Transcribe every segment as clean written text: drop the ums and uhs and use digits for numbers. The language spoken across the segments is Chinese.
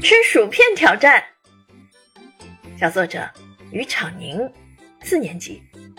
吃薯片挑战。小作者于场宁，4年级。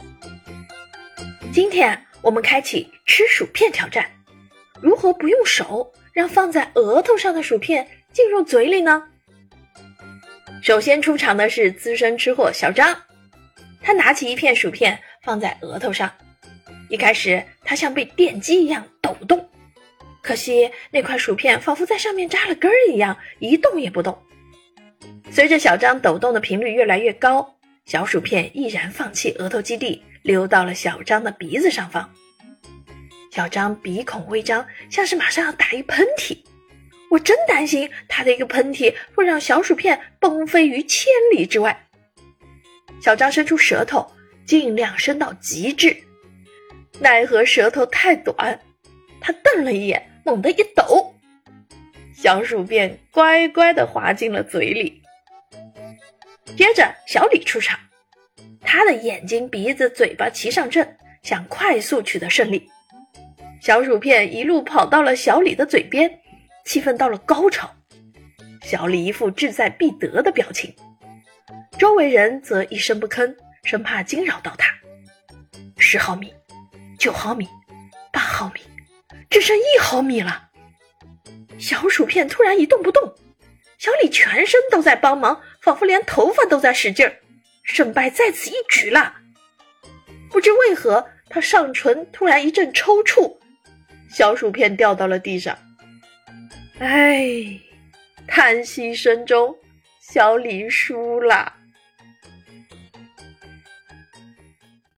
今天我们开启吃薯片挑战，如何不用手让放在额头上的薯片进入嘴里呢？首先出场的是资深吃货小张，他拿起一片薯片放在额头上，一开始他像被电击一样抖动，可惜那块薯片仿佛在上面扎了根儿一样，一动也不动。随着小张抖动的频率越来越高，小薯片毅然放弃额头基地，溜到了小张的鼻子上方。小张鼻孔微张，像是马上要打一喷嚏，我真担心他的一个喷嚏会让小薯片崩飞于千里之外。小张伸出舌头，尽量伸到极致，奈何舌头太短，他瞪了一眼，猛地一抖，小薯片乖乖地滑进了嘴里。接着小李出场，他的眼睛、鼻子、嘴巴齐上阵，想快速取得胜利。小薯片一路跑到了小李的嘴边，气氛到了高潮。小李一副志在必得的表情，周围人则一声不吭，生怕惊扰到他。10毫米、9毫米、8毫米，只剩1毫米了。小薯片突然一动不动，小李全身都在帮忙，仿佛连头发都在使劲儿，胜败在此一举了。不知为何，他上唇突然一阵抽搐，小薯片掉到了地上。唉，叹息声中，小李输了。